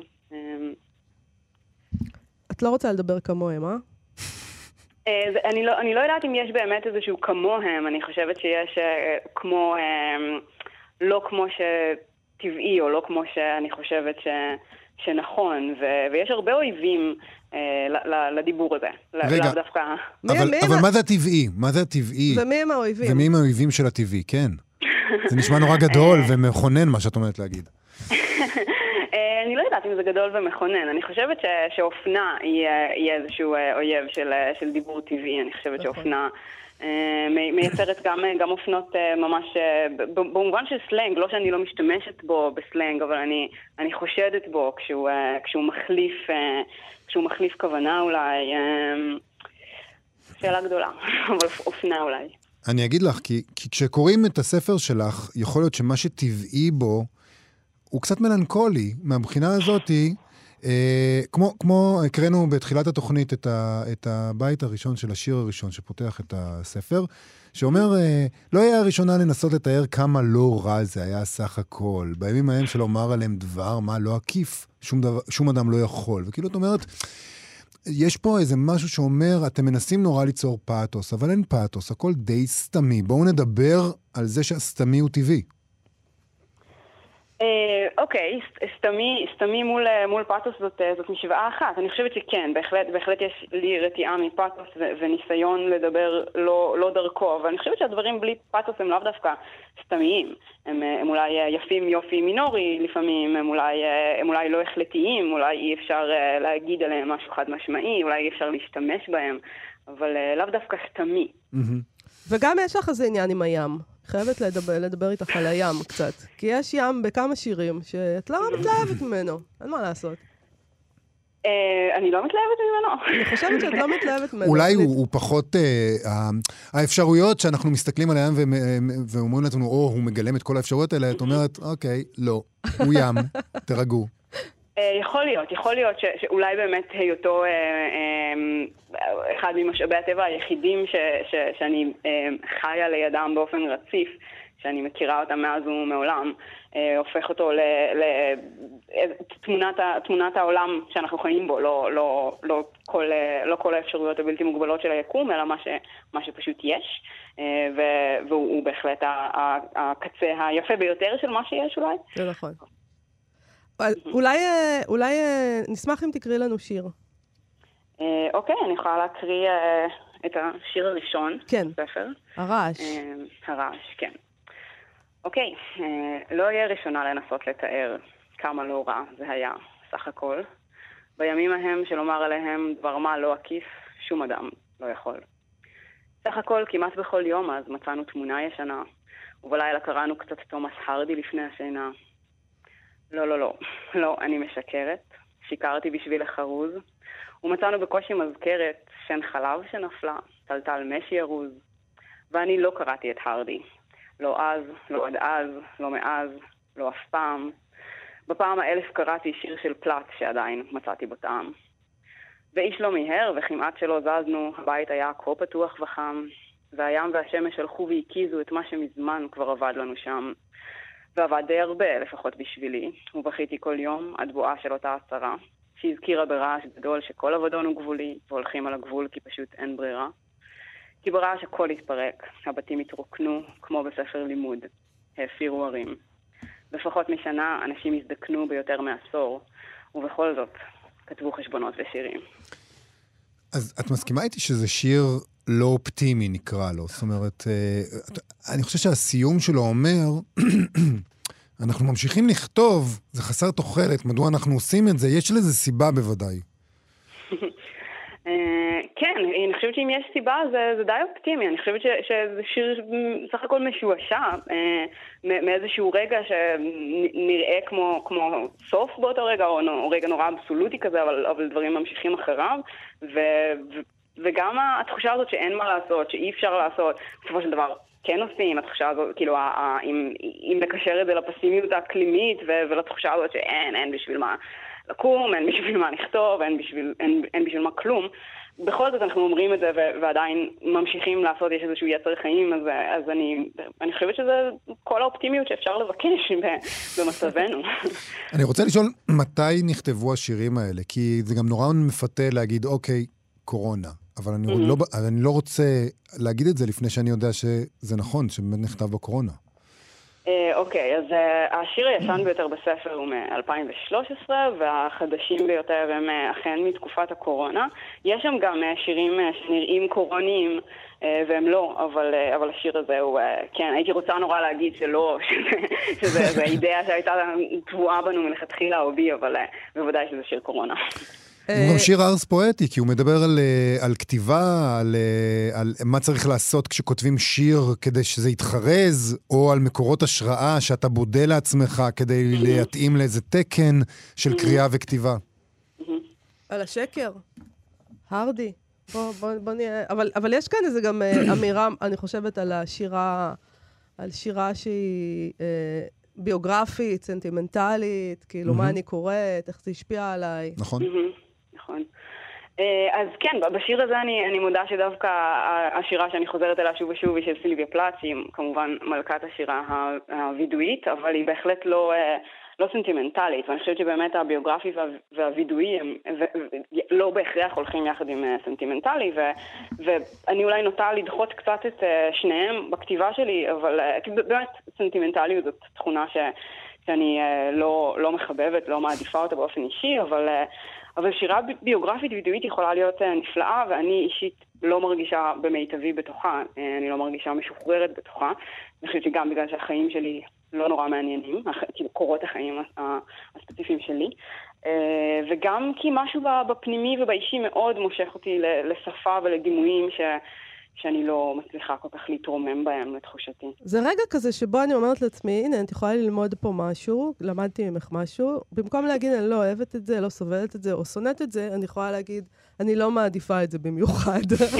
Speaker 3: את לא רוצה לדבר כמוהם, אה?
Speaker 4: אני לא יודעת אם יש באמת איזשהו כמוהם, אני חושבת שיש כמו... לא כמו שטבעי, או לא כמו שאני חושבת שנכון, ויש הרבה אויבים לדיבור הזה.
Speaker 2: רגע, אבל מה זה הטבעי? מה זה הטבעי?
Speaker 3: ומי הם האויבים?
Speaker 2: ומי הם האויבים של הטבעי, כן. זה נשמע נורא גדול ומכונן מה שאת אומרת להגיד.
Speaker 4: אני לא יודעת אם זה גדול ומכונן. אני חושבת שאופנה היא איזשהו אויב של דיבור טבעי. אני חושבת שאופנה... מייצרת גם אופנות ממש, במובן של סלנג, לא שאני לא משתמשת בו בסלנג, אבל אני חושדת בו כשהוא מחליף כוונה אולי, שאלה גדולה, אבל אופנה אולי.
Speaker 2: אני אגיד לך, כי כשקוראים את הספר שלך, יכול להיות שמה שטבעי בו הוא קצת מלנכולי, מהבחינה הזאת כמו הקראנו בתחילת התוכנית את הבית הראשון של השיר הראשון שפותח את הספר, שאומר, לא היה הראשונה לנסות לתאר כמה לא רע זה היה סך הכל. בימים ההם של לומר עליהם דבר, מה לא עקיף, שום אדם לא יכול. וכאילו את אומרת, יש פה איזה משהו שאומר, אתם מנסים נורא ליצור פאתוס, אבל אין פאתוס, הכל די סתמי. בואו נדבר על זה שהסתמי הוא טבעי.
Speaker 4: אוקיי, סתמי מול פאתוס זאת משוואה אחת. אני חושבת שכן, בהחלט יש לי רתיעה מפאתוס וניסיון לדבר לא דרכו, אבל אני חושבת שהדברים בלי פאתוס הם לאו דווקא סתמיים. הם אולי יפים יופי מינורי לפעמים, הם אולי לא החלטיים, אולי אי אפשר להגיד עליהם משהו חד משמעי, אולי אי אפשר להשתמש בהם, אבל לאו דווקא סתמי.
Speaker 3: וגם יש לך איזה עניין עם הים. חייבת לדבר איתך על הים קצת. כי יש ים בכמה שירים שאת לא מתלהבת ממנו. אין מה לעשות.
Speaker 4: אני לא מתלהבת ממנו.
Speaker 3: אני חושבת שאת לא מתלהבת ממנו.
Speaker 2: אולי הוא פחות... האפשרויות שאנחנו מסתכלים על הים ואומרים לעצמנו, הוא מגלם את כל האפשרויות האלה, את אומרת, אוקיי, לא. הוא ים, תרגעו.
Speaker 4: יכול להיות שאולי באמת היותו אחד ממשאבי הטבע היחידים שאני חיה לידם באופן רציף, שאני מכירה אותם מאז ומעולם, הופך אותו לתמונת העולם שאנחנו חיים בו, לא כל האפשרויות הבלתי מוגבלות של היקום, אלא מה שפשוט יש, והוא בהחלט הקצה היפה ביותר של מה שיש אולי.
Speaker 3: זה נכון. אולי נשמח אם תקריא לנו שיר.
Speaker 4: אוקיי, אני יכולה להקריא את השיר הראשון.
Speaker 3: כן,
Speaker 4: בספר.
Speaker 3: הרעש.
Speaker 4: הרעש, כן. אוקיי, לא יהיה ראשונה לנסות לתאר כמה לא רע זה היה, סך הכל. בימים ההם שלומר עליהם דבר מה לא עקיף, שום אדם לא יכול. סך הכל, כמעט בכל יום אז מצאנו תמונה ישנה, ובלילה קראנו קצת תומאס הרדי לפני השינה. לא, אני משקרת. שיקרתי בשביל החרוז, ומצאנו בקושי מזכרת שן חלב שנפלה, טלטל משי ארוז. ואני לא קראתי את הרדי. לא אז, לא עד אז, לא מאז, לא אף פעם. בפעם ה1000 קראתי שיר של פלט שעדיין מצאתי בו טעם. ואיש לא מיהר, וכמעט שלא זזנו, הבית היה כה פתוח וחם, והים והשמש הלכו והקיזו את מה שמזמן כבר עבד לנו שם. ועבד די הרבה, לפחות בשבילי, ובכיתי כל יום עד בואה של אותה הצרה, שהזכירה ברעש גדול שכל עבודון הוא גבולי, והולכים על הגבול כי פשוט אין ברירה. כי ברעש הכל התפרק, הבתים התרוקנו כמו בספר לימוד, האפירו ערים. בפחות משנה אנשים הזדקנו ביותר מעשור, ובכל זאת כתבו חשבונות ושירים.
Speaker 2: אז את מסכימה איתי שזה שיר לא אופטימי נקרא לו? זאת אומרת, אני חושב שהסיום שלו אומר, אנחנו ממשיכים לכתוב, זה חסר תוחלת, מדוע אנחנו עושים את זה? יש לזה סיבה בוודאי.
Speaker 4: כן, אני חושבת שאם יש סיבה זה די אופטימי. אני חושבת שזה שיר סך הכל משועשע מאיזשהו רגע שנראה כמו סוף באותו רגע, או רגע נורא אבסולוטי כזה, אבל דברים ממשיכים אחריו, וגם התחושה הזאת שאין מה לעשות, שאי אפשר לעשות, בסופו של דבר כן עושים, התחושה הזאת, כאילו, אם נקשר את זה לפסימיות האקלימית ולתחושה הזאת שאין בשביל מה לקום, אין בשביל מה לכתוב, אין בשביל מה כלום. בכל זאת אנחנו אומרים את זה ועדיין ממשיכים לעשות, יש איזשהו יצר חיים, אז אני חושבת שזה כל האופטימיות שאפשר לבקש במצבנו.
Speaker 2: אני רוצה לשאול מתי נכתבו השירים האלה, כי זה גם נורא מפתה להגיד, אוקיי, קורונה. אבל אני לא רוצה להגיד את זה לפני שאני יודע שזה נכון, שבאמת נכתב בקורונה.
Speaker 4: אוקיי, אז השיר הישן ביותר בספר הוא מ-2013, והחדשים ביותר הם אכן מתקופת הקורונה. יש שם גם שירים שנראים קורוניים, והם לא, אבל השיר הזה הוא, כן, הייתי רוצה נורא להגיד שלא, שזה אידאה שהייתה טבועה בנו מלכתחילה או בי, אבל בוודאי שזה שיר קורונה.
Speaker 2: הוא גם שיר ארס פואטי, כי הוא מדבר על כתיבה, על מה צריך לעשות כשכותבים שיר כדי שזה יתחרז, או על מקורות השראה שאתה בודה לעצמך כדי להתאים לאיזה תקן של קריאה וכתיבה.
Speaker 3: על השקר, הרדי. בוא נהיה, אבל יש כאן איזה גם אמירה, אני חושבת על שירה שהיא ביוגרפית, סנטימנטלית, כאילו מה אני קוראת, איך זה השפיע עליי.
Speaker 2: נכון.
Speaker 4: נכון. אז כן, בשיר הזה אני מודה שדווקא השירה שאני חוזרת אליה שוב ושוב היא של סילביה פלאץ, היא כמובן מלכת השירה הוידואית, אבל היא בהחלט לא סנטימנטלית, ואני חושבת שבאמת הביוגרפי והוידואי הם לא בהכרח הולכים יחד עם סנטימנטלי, ואני אולי נוטה לדחות קצת את שניהם בכתיבה שלי, אבל באמת סנטימנטליות זאת תכונה שאני לא מחבבת, לא מעדיפה אותה באופן אישי, אבל שירה ביוגרפית וידואית יכולה להיות נפלאה, ואני אישית לא מרגישה במיטבי בתוכה, אני לא מרגישה משוחררת בתוכה. אני חושבת שגם בגלל שהחיים שלי לא נורא מעניינים, כאילו קורות החיים הספציפיים שלי, וגם כי משהו בפנימי ובאישי מאוד מושך אותי לשפה ולדימויים שאני לא מצליחה כל כך להתרומם בהם לתחושתי.
Speaker 3: זה רגע כזה שבו אני אומרת לעצמי, הנה, אני יכולה ללמוד פה משהו, למדתי ממך משהו, במקום להגיד, אני לא אוהבת את זה, לא סובלת את זה, או שונאת את זה, אני יכולה להגיד, אני לא מעדיפה את זה במיוחד.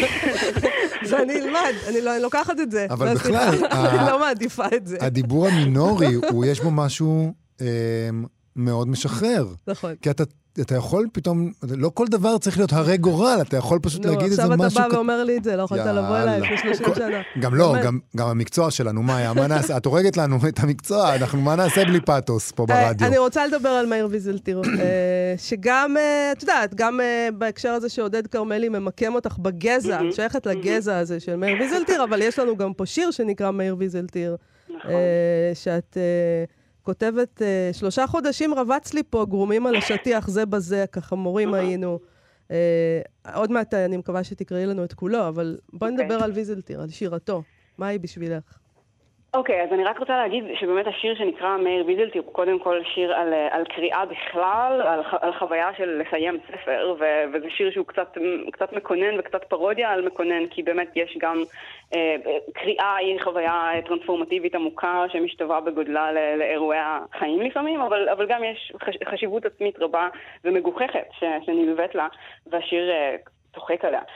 Speaker 3: ואני אלמד, אני לוקחת את זה.
Speaker 2: אבל בכלל,
Speaker 3: אני לא מעדיפה את זה.
Speaker 2: הדיבור המינורי, יש בו משהו מאוד משחרר.
Speaker 3: נכון.
Speaker 2: כי אתה יכול פתאום, לא כל דבר צריך להיות הרי גורל, אתה יכול פשוט להגיד איזה משהו...
Speaker 3: עכשיו אתה בא ואומר לי את זה, לא יכולת לבוא אליי לפני 30 שנה.
Speaker 2: גם לא, גם המקצוע שלנו, מה נעשה? את הורגת לנו את המקצוע, מה נעשה בלי פאטוס פה ברדיו?
Speaker 3: אני רוצה לדבר על מאיר ויזלטיר, שגם, את יודעת, גם בהקשר הזה שעודד קרמלי ממקם אותך בגזע, שייכת לגזע הזה של מאיר ויזלטיר, אבל יש לנו גם פה שיר שנקרא מאיר ויזלטיר, שאת... כותבת, 3 חודשים רבץ לי פה, גרומים על השטיח, זה בזה, ככה מורים היינו. עוד מעט אני מקווה שתקראי לנו את כולו, אבל בואי נדבר על ויזלטיר, על שירתו. מה היא בשבילך?
Speaker 4: אוקיי, אז אני רק רוצה להגיד שבאמת השיר שנקרא מאיר ויזלטיר הוא קודם כל שיר על קריאה בכלל, על חוויה של לסיים ספר, וזה שיר שהוא קצת מקונן וקצת פרודיה על מקונן, כי באמת יש גם קריאה היא חוויה טרנספורמטיבית עמוקה שמשתווה בגודלה לאירועי החיים לפעמים, אבל גם יש חשיבות עצמית רבה ומגוחכת שנלווית לה, והשיר... צוחק עליה.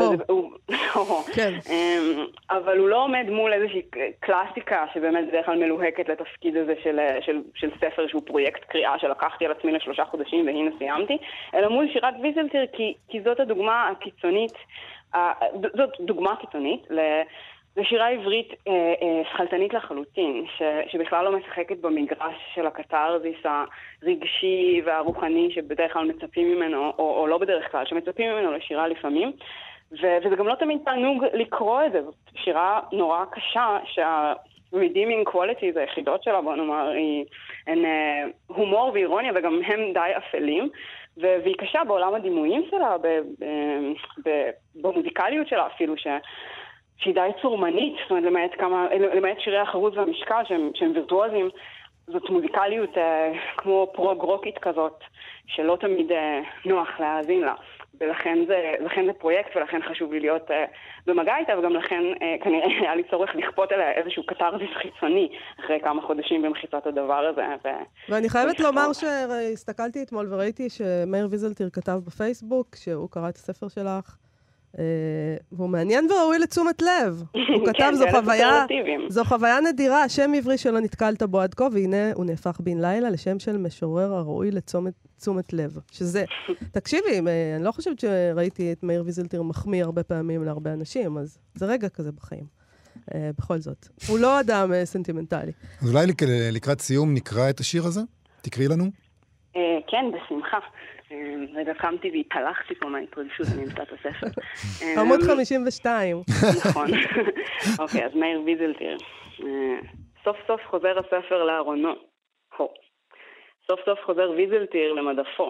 Speaker 4: אבל הוא לא עומד מול איזושהי קלאסיקה שבאמת בדרך כלל מלוהקת לתפקיד הזה של ספר שהוא פרויקט קריאה שלקחתי על עצמי ל3 חודשים והנה סיימתי, אלא מול שירת ויזלטיר כי זאת הדוגמה הקיצונית, זאת דוגמה קיצונית לשירה עברית שחלטנית לחלוטין, שבכלל לא משחקת במגרש של הקתרזיס הרגשי והרוחני שבדרך כלל מצפים ממנו, או לא בדרך כלל, שמצפים ממנו לשירה לפעמים, וזה גם לא תמיד תענוג לקרוא את זה, זאת שירה נורא קשה, שה-redeeming qualities היחידות שלה, בוא נאמר, הן הומור ואירוניה, וגם הם די אפלים, והיא קשה בעולם הדימויים שלה, במוזיקליות שלה אפילו, שהיא די צורמנית, זאת אומרת, למעט שירי החרוז והמשקל שהם וירטואוזים, זאת מוזיקליות כמו פרוג-רוקית כזאת, שלא תמיד נוח להאזין לה. ולכן זה פרויקט, ולכן חשוב לי להיות במגע איתה, וגם לכן כנראה היה לי צורך לכפות עליה איזשהו קתרזיס חיצוני, אחרי כמה חודשים במחיצת הדבר הזה.
Speaker 3: ואני חייבת לומר שהסתכלתי אתמול וראיתי שמאיר ויזלטיר כתב בפייסבוק, שהוא קרא את הספר שלך, והוא מעניין וראוי לתשומת לב. הוא כתב, זו חוויה נדירה, השם עברי שלא נתקלת בו עד כה, והנה הוא נהפך בן לילה לשם של משורר הראוי לתשומת לב. שזה, תקשיבי, אני לא חושבת שראיתי את מאיר ויזלטיר מחמיא הרבה פעמים להרבה אנשים, אז זה רגע כזה בחיים. בכל זאת. הוא לא אדם סנטימנטלי.
Speaker 2: אז אולי לקראת סיום נקרא את השיר הזה? תקראי לנו?
Speaker 4: כן, בשמחה. רגע קמתי והתהלכתי פה מההתרגשות, אני אמצא את הספר.
Speaker 3: עמוד 52.
Speaker 4: נכון. אוקיי, אז מאיר ויזלטיר. סוף סוף חוזר הספר לארונו. סוף סוף חוזר ויזלטיר למדפו.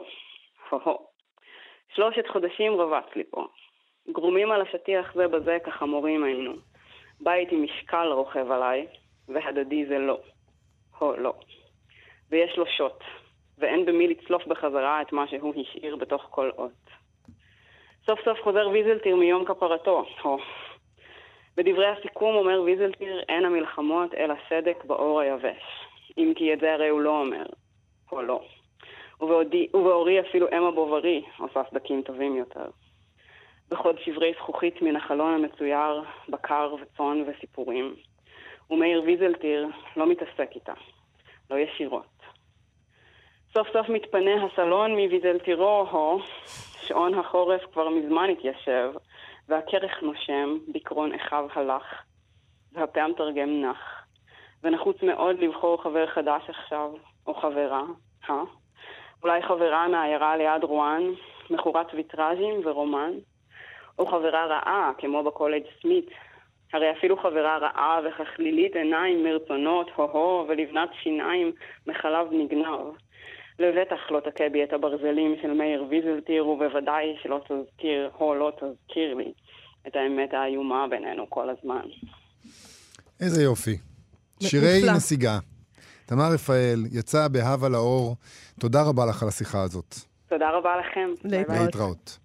Speaker 4: 3 חודשים רבץ לי פה. גרומים על השטיח זה בזה כחמורים היינו. בית עם משקל רוכב עליי, והדדי זה לא. לא. ויש לו שוט. ואין במי לצלוף בחזרה את מה שהוא השאיר בתוך כל אות. סוף סוף חוזר ויזלטיר מיום כפרתו. בדברי הסיכום אומר ויזלטיר, אין המלחמות אלא סדק באור היבש. אם כי את זה הרי הוא לא אומר. לא. ובאורי אפילו אמא בוברי עושה סדקים טובים יותר. בחוד שברי זכוכית מן החלון המצויר, בקר וצאן וסיפורים. ומאיר ויזלטיר לא מתעסק איתה. לא ישירות. סוף סוף מתפנה הסלון מויזלטירו, שעון החורף כבר מזמן התיישב, והכרך נושם, בקרון אחיו הלך, והפה המתרגם נח, ונחוץ מאוד לבחור חבר חדש עכשיו, או חברה, אולי חברה מהעיירה ליד רואן, מכורת ויטראז'ים ורומן, או חברה רעה, כמו בקולג' סמית, הרי אפילו חברה רעה וככלילית עיניים מרצונות, ולבנת שיניים מחלב נגנב. לבטח לא תכה בי את הברזלים של מאיר ויזלטיר, ובוודאי שלא תזכיר, או לא תזכיר לי, את האמת האיומה בינינו כל הזמן.
Speaker 2: איזה יופי. שירי נסיגה. תמר רפאל יצא בהבה לאור. תודה רבה לך על השיחה הזאת.
Speaker 4: תודה רבה לכם.
Speaker 2: להתראות.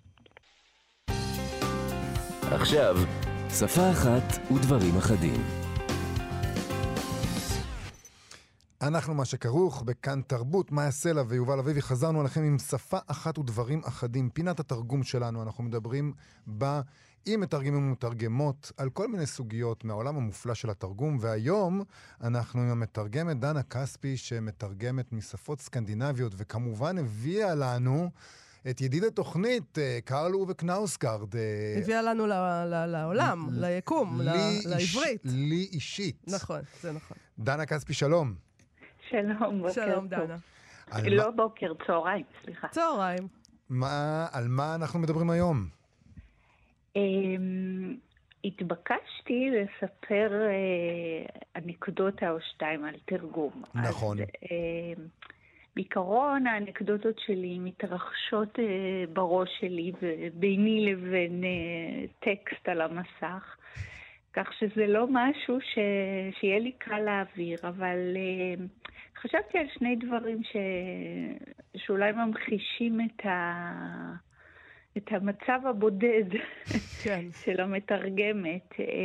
Speaker 5: עכשיו, שפה אחת ודברים אחדים.
Speaker 2: אנחנו מה שכרוך בכאן תרבות, מאיה סלע ויובל אביבי, חזרנו עליכם עם שפה אחת ודברים אחדים, פינת התרגום שלנו. אנחנו מדברים בה עם מתרגמים ומתרגמות על כל מיני סוגיות מהעולם המופלא של התרגום, והיום אנחנו עם המתרגמת דנה כספי, שמתרגמת משפות סקנדינביות, וכמובן הביאה לנו את ידיד התוכנית, קרל אובה קנאוסגרד.
Speaker 3: הביאה לנו לעולם, ליקום, לעברית.
Speaker 2: לי אישית.
Speaker 3: נכון, זה נכון.
Speaker 2: דנה כספי, שלום.
Speaker 6: שלום, בוקר טוב.
Speaker 3: שלום, דנה.
Speaker 6: לא בוקר, צהריים, סליחה.
Speaker 3: צהריים.
Speaker 2: על מה אנחנו מדברים היום?
Speaker 6: התבקשתי לספר אנקדוטה או שתיים על תרגום.
Speaker 2: נכון.
Speaker 6: בעיקרון האנקדוטות שלי מתרחשות בראש שלי וביני לבין טקסט על המסך, כך שזה לא משהו שיהיה לי קל להעביר, אבל חשבתי על שני דברים שאולי ממחישים את המצב הבודד
Speaker 3: כן.
Speaker 6: של המתרגמת.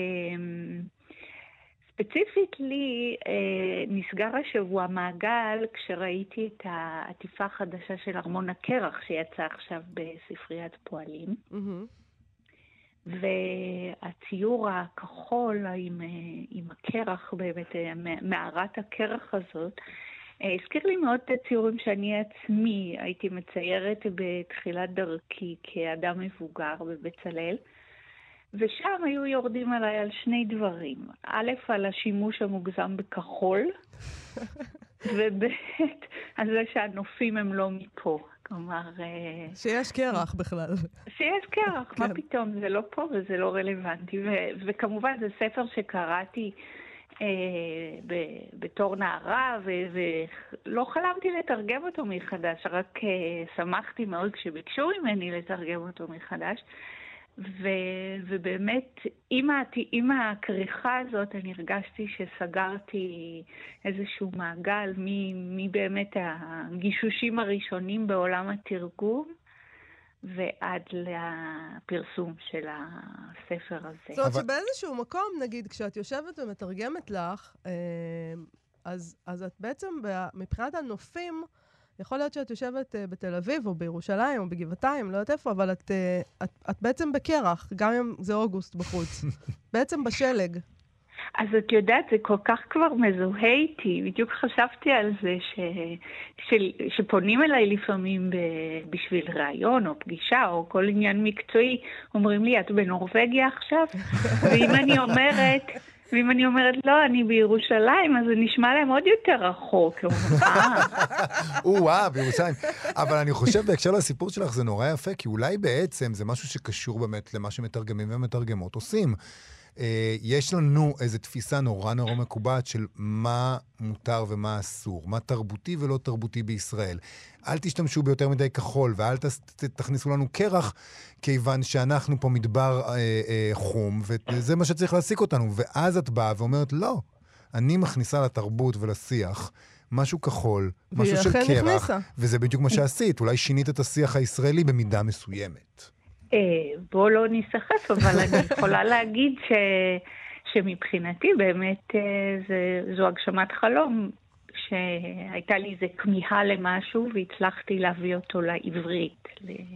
Speaker 6: ספציפית לי נסגר השבוע מעגל כשראיתי את העטיפה החדשה של ארמון הקרח שיצא עכשיו בספריית פועלים. והציור הכחול עם הקרח, באמת מערת הקרח הזאת, הזכיר לי מאוד את הציורים שאני עצמי הייתי מציירת בתחילת דרכי כאדם מבוגר בבצלאל, ושם היו יורדים עליי על שני דברים. א', על השימוש המוגזם בכחול, וב', על זה שהנופים הם לא מפה. כלומר...
Speaker 3: שיש קרח בכלל.
Speaker 6: שיש קרח, מה פתאום, זה לא פה וזה לא רלוונטי. וכמובן זה ספר שקראתי בתור נערה, ולא חלמתי לתרגם אותו מחדש, רק שמחתי מאוד כשביקשו ממני לתרגם אותו מחדש. ובאמת, עם הכריכה הזאת אני הרגשתי שסגרתי איזשהו מעגל מבאמת הגישושים הראשונים בעולם התרגום ועד לפרסום של הספר הזה.
Speaker 3: זאת אומרת שבאיזשהו מקום, נגיד, כשאת יושבת ומתרגמת לך, אז את בעצם מבחינת הנופים, יכול להיות שאת יושבת בתל אביב או בירושלים או בגבעתיים, לא יודעת איפה, אבל את בעצם בקרח, גם אם זה אוגוסט בחוץ. בעצם בשלג.
Speaker 6: אז את יודעת, זה כל כך כבר מזוהה איתי. בדיוק חשבתי על זה שפונים אליי לפעמים בשביל רעיון או פגישה או כל עניין מקצועי, אומרים לי, את בנורווגיה עכשיו? ואם אני אומרת, לא, אני בירושלים, אז זה נשמע להם עוד יותר רחוק.
Speaker 2: בירושלים. אבל אני חושב, בהקשר לסיפור שלך, זה נורא יפה, כי אולי בעצם זה משהו שקשור באמת למה שמתרגמים ומתרגמות עושים. יש לנו איזו תפיסה נורא מקובעת של מה מותר ומה אסור, מה תרבותי ולא תרבותי בישראל. אל תשתמשו ביותר מדי כחול, ואל תכניסו לנו קרח, כיוון שאנחנו פה מדבר חום, וזה מה שצריך להסיק אותנו. ואז את באה ואומרת, לא, אני מכניסה לתרבות ולשיח משהו כחול, משהו של קרח, וזה בדיוק מה שעשית. אולי שינית את השיח הישראלי במידה מסוימת.
Speaker 6: בוא לא נסחף, אבל אני יכולה להגיד שמבחינתי באמת זו הגשמת חלום, שהייתה לי איזו כמיהה למשהו והצלחתי להביא אותו לעברית,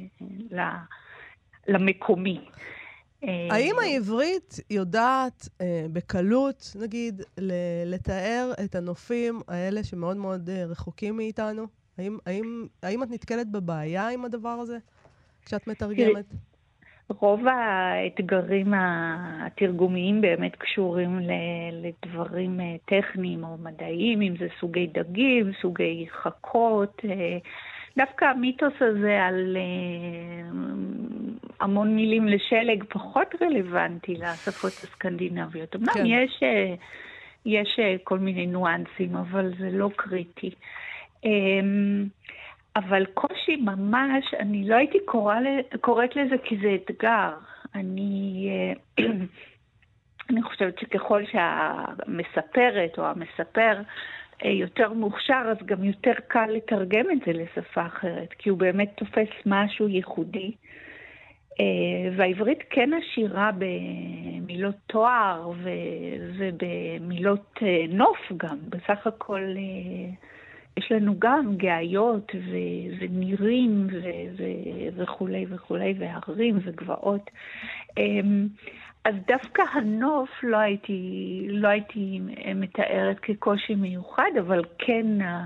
Speaker 6: למקומי.
Speaker 3: האם העברית יודעת בקלות, נגיד, לתאר את הנופים האלה שמאוד מאוד רחוקים מאיתנו? האם את נתקלת בבעיה עם הדבר הזה? כשאת מתרגמת?
Speaker 6: רוב האתגרים התרגומיים באמת קשורים לדברים טכניים או מדעיים, אם זה סוגי דגים, סוגי חכות. דווקא המיתוס הזה על המון מילים לשלג פחות רלוונטי לשפות הסקנדינביות. אמנם יש כל מיני ניואנסים, אבל זה לא קריטי. אבל קושי ממש, אני לא הייתי קוראת לזה כי זה אתגר. אני חושבת שככל שהמספרת או המספר יותר מוכשר, אז גם יותר קל לתרגם את זה לשפה אחרת, כי הוא באמת תופס משהו ייחודי. והעברית כן עשירה במילות תואר ובמילות נוף גם. בסך הכל יש לנו גם גאיות ונירים וכולי וכולי, והרים וגבעות. אז דווקא הנוף לא הייתי מתארת כקושי מיוחד, אבל כן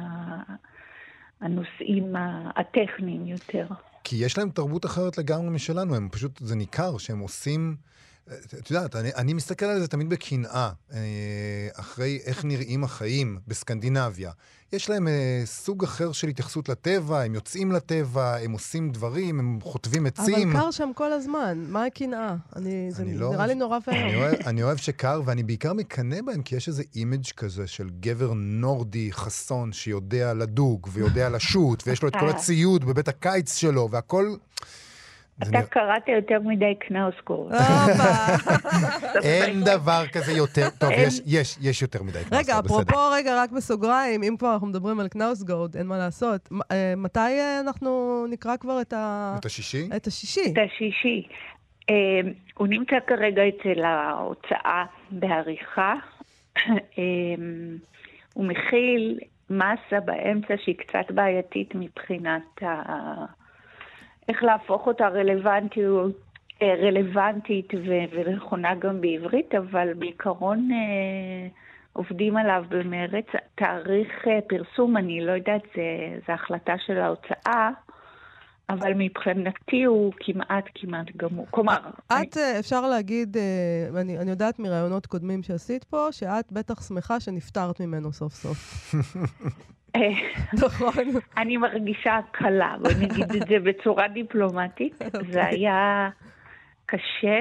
Speaker 6: הנושאים הטכניים יותר.
Speaker 2: כי יש להם תרבות אחרת לגמרי משלנו, הם פשוט, זה ניכר שהם עושים, את יודעת, אני מסתכל על זה תמיד בקנאה, אחרי איך נראים החיים בסקנדינביה. יש להם סוג אחר של התייחסות לטבע, הם יוצאים לטבע, הם עושים דברים, הם חוטבים עצים.
Speaker 3: אבל קר שם כל הזמן, מה הקנאה? זה נראה לי נורא ואיום.
Speaker 2: אני אוהב שקר, ואני בעיקר מקנא בהם, כי יש איזה אימג' כזה של גבר נורדי חסון, שיודע לדוג ויודע לשוט, ויש לו את כל הציוד בבית הקיץ שלו, והכל...
Speaker 6: אתה קראת יותר מדי קנאוסגורד.
Speaker 2: אין דבר כזה יותר, טוב, יש יותר מדי קנאוסגורד.
Speaker 3: רגע, אפרופו, רק בסוגריים, אם כבר אנחנו מדברים על קנאוסגורד, אין מה לעשות. מתי אנחנו נקרא כבר את
Speaker 2: השישי?
Speaker 6: את השישי. הוא נמצא כרגע אצל ההוצאה בעריכה. הוא מכיל מסה באמצע שהיא קצת בעייתית מבחינת איך להפוך אותה רלוונטית ונכונה גם בעברית, אבל בעיקרון עובדים עליו במרץ. תאריך פרסום, אני לא יודעת, זה החלטה של ההוצאה, אבל מבחינתי הוא כמעט גמור. כלומר...
Speaker 3: את, אפשר להגיד, אני יודעת מרעיונות קודמים שעשית פה, שאת בטח שמחה שנפטרת ממנו סוף סוף.
Speaker 6: נכון. אני מרגישה קלה, בוא נגיד את זה בצורה דיפלומטית. זה היה קשה.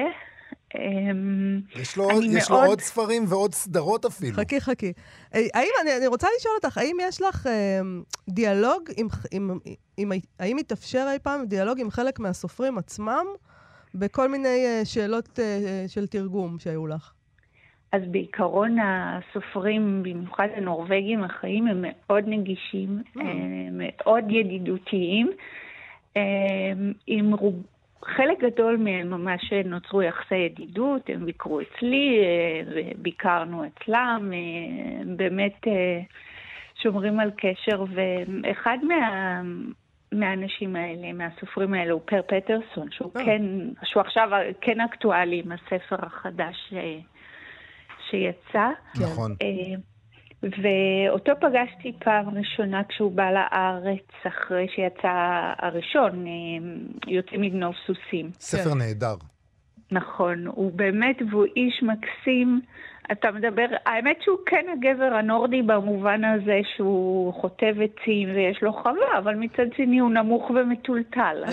Speaker 2: יש לו עוד ספרים ועוד סדרות אפילו.
Speaker 3: חכי. אני רוצה לשאול אותך, האם יש לך דיאלוג, האם התאפשר אי פעם דיאלוג עם חלק מהסופרים עצמם, בכל מיני שאלות של תרגום שהיו לך?
Speaker 6: אז בעיקרון הסופרים, במיוחד הנורווגים החיים, הם מאוד נגישים, מאוד ידידותיים. עם חלק גדול מהם ממש נוצרו יחסי ידידות, הם ביקרו אצלי, וביקרנו אצלם, באמת שומרים על קשר, ואחד מהאנשים האלה, מהסופרים האלה, הוא פר פטרסון, שהוא עכשיו כן אקטואלי עם הספר החדש שיצא.
Speaker 2: נכון.
Speaker 6: ואותו פגשתי פעם ראשונה כשהוא בא לארץ אחרי שיצא הראשון, יוצא מגנוב סוסים.
Speaker 2: ספר נהדר.
Speaker 6: נכון, הוא באמת, והוא איש מקסים. אתה מדבר, האמת שהוא כן הגבר הנורדי במובן הזה שהוא חוטב עצים ויש לו חווה, אבל מצד שני הוא נמוך ומטולטל.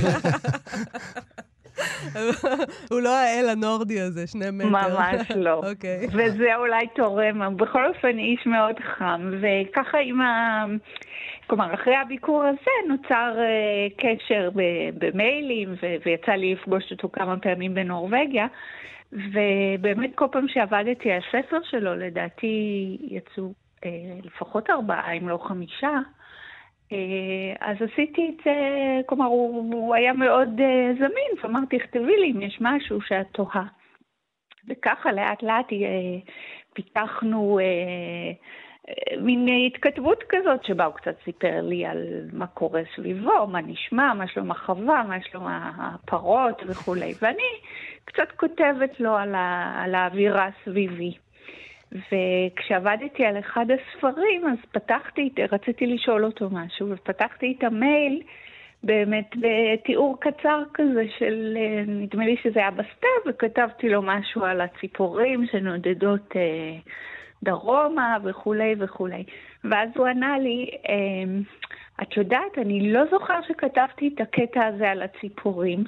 Speaker 3: הוא לא האל הנורדי הזה, 2 מטר.
Speaker 6: ממש לא. וזה אולי תורם. בכל אופן, איש מאוד חם. וככה כלומר, אחרי הביקור הזה נוצר קשר במיילים, ויצא לי לפגוש אותו כמה פעמים בנורווגיה. ובאמת כל פעם שעבדתי על הספר שלו, לדעתי יצאו לפחות 4, אם לא 5. אז עשיתי את זה, כלומר, הוא היה מאוד זמין, ואמרתי, תכתבי לי אם יש משהו שאת תוהה. וככה לאט לאט פיתחנו מין התכתבות כזאת, שבה הוא קצת סיפר לי על מה קורה סביבו, מה נשמע, מה שלום החווה, מה שלום הפרות וכו'. ואני קצת כותבת לו על האווירה סביבי. וכשעבדתי על אחד הספרים, אז רציתי לשאול אותו משהו, ופתחתי את המייל באמת בתיאור קצר כזה של, נדמה לי שזה היה בסתיו, וכתבתי לו משהו על הציפורים שנודדות דרומה וכו' וכו'. ואז הוא ענה לי, את יודעת, אני לא זוכר שכתבתי את הקטע הזה על הציפורים,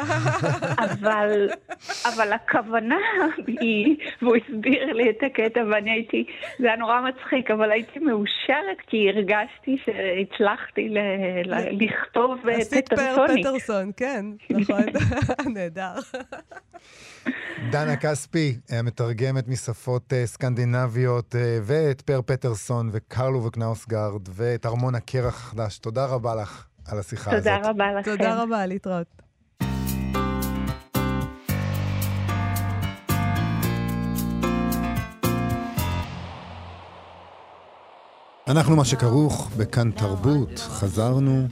Speaker 6: אבל הכוונה היא, והוא הסביר לי את הקטע, ואני הייתי, זה היה נורא מצחיק, אבל הייתי מאושרת, כי הרגשתי שהצלחתי לכתוב פטרסונית.
Speaker 3: עשית פר פטרסון, כן, נכון, נהדר.
Speaker 2: דנה כספי, מתרגמת משפות סקנדינביות, ואת פר פטרסון וקרלו וקנאוסגרד, ואת ארמון הקרח החדש. תודה רבה לך על השיחה הזאת.
Speaker 6: תודה רבה לכם.
Speaker 3: תודה רבה, להתראות.
Speaker 2: אנחנו מה שכרוך בכאן תרבות, חזרנו,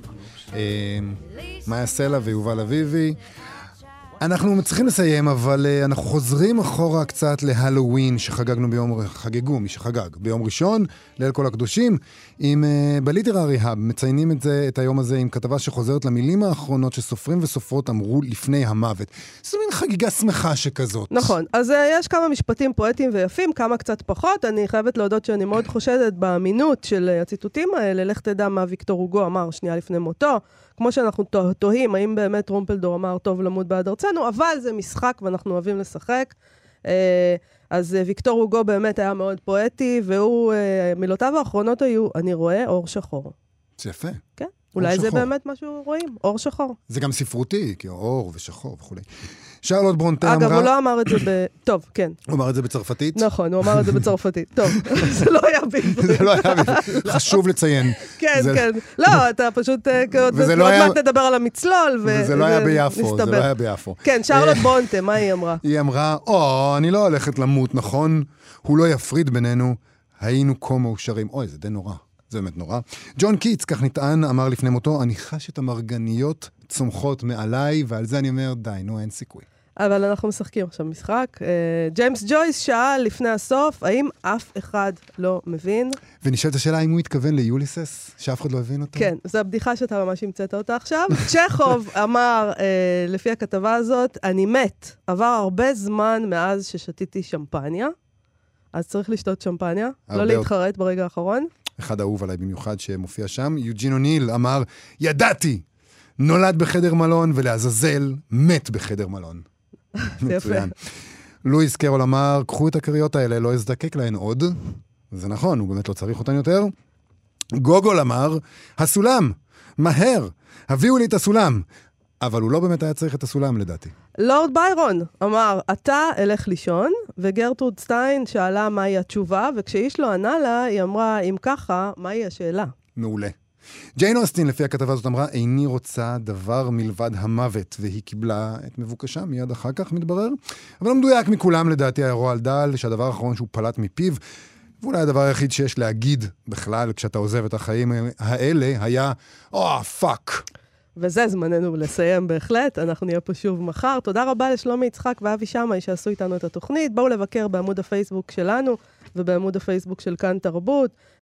Speaker 2: מאיה סלע ויובל אביבי. אנחנו צריכים לסיים, אבל אנחנו חוזרים אחורה קצת להלווין חגגו מי שחגג ביום ראשון, ליל כל הקדושים, עם בליטררי האב, מציינים את היום הזה עם כתבה שחוזרת למילים האחרונות שסופרים וסופרות אמרו לפני המוות. זו מין חגיגה שמחה שכזאת.
Speaker 3: נכון, אז יש כמה משפטים פואטיים ויפים, כמה קצת פחות. אני חייבת להודות שאני מאוד חושדת באמינות של הציטוטים האלה. לך תדע מה ויקטור הוגו אמר שנייה לפני מותו. כמו שאנחנו תוהים, האם באמת טרומפלדור אמר טוב למות בעד ארצנו, אבל זה משחק ואנחנו אוהבים לשחק. אז ויקטור הוגו באמת היה מאוד פואטי, והוא, מילותיו האחרונות היו, אני רואה אור שחור.
Speaker 2: זה יפה.
Speaker 3: כן, אולי זה באמת משהו רואים, אור שחור.
Speaker 2: זה גם ספרותי, כי אור ושחור וכו'. שרלוט ברונטה אמרה...
Speaker 3: אגב, הוא לא אמר את זה טוב, כן.
Speaker 2: הוא אמר את זה בצרפתית?
Speaker 3: נכון, הוא אמר את זה בצרפתית. טוב, זה לא היה בעברית.
Speaker 2: זה לא היה בעברית. חשוב לציין.
Speaker 3: כן, כן. לא, אתה פשוט... עוד מעט נדבר על המצלול,
Speaker 2: וזה לא היה ביפו, זה לא היה ביפו.
Speaker 3: כן, שרלוט ברונטה, מה היא אמרה?
Speaker 2: היא אמרה, אני לא הולכת למות, נכון? הוא לא יפריד בינינו, היינו כה מאושרים. אוי, זה די נורא. זה באמת נורא. ג'ון קיטס, כך נטען, אמר לפני מותו, אני חש את המרגניות צומחות מעליי, ועל זה אני אומר, די, נו, אין סיכוי.
Speaker 3: אבל אנחנו משחקים עכשיו משחק. ג'יימס ג'ויס שאל לפני הסוף, האם אף אחד לא מבין?
Speaker 2: ונשאלת השאלה, האם הוא התכוון ליוליסס, שאף אחד לא הבין אותו?
Speaker 3: כן, זו הבדיחה שאתה ממש המצאת אותה עכשיו. צ'כוב אמר, לפי הכתבה הזאת, אני מת. עבר הרבה זמן מאז ששתיתי שמפניה, אז צריך לשתות שמפניה, לא להתחרט ברגע האחרון.
Speaker 2: אחד אהוב עליי במיוחד שמופיע שם, יוג'ין אוניל אמר, ידעתי, נולד בחדר מלון ולעזאזל מת בחדר מלון. מצוין. לואיס קרול אמר, קחו את הקריות האלה, לא אזדקק להן עוד. זה נכון, הוא באמת לא צריך אותן יותר. גוגול אמר, הסולם, מהר, הביאו לי את הסולם. אבל הוא לא באמת היה צריך את הסולם לדעתי.
Speaker 3: לורד ביירון אמר, אתה אלך לישון, וגרטרוד סטיין שאלה מהי התשובה, וכשאיש לא ענה לה, היא אמרה, אם ככה, מהי השאלה?
Speaker 2: מעולה. ג'יין אוסטין, לפי הכתבה הזאת, אמרה, איני רוצה דבר מלבד המוות, והיא קיבלה את מבוקשה מיד אחר כך, מתברר. אבל לא מדויק מכולם, לדעתי, היה רועל דל, שהדבר האחרון שהוא פלט מפיו, ואולי הדבר היחיד שיש להגיד בכלל, כשאתה עוזב את החיים האלה, היה, פאק.
Speaker 3: וזה זמננו לסיים בהחלט, אנחנו נהיה פה שוב מחר. תודה רבה לשלומי יצחק ואבי שמאי שעשו איתנו את התוכנית. בואו לבקר בעמוד הפייסבוק שלנו, ובעמוד הפייסבוק של כאן תרבות.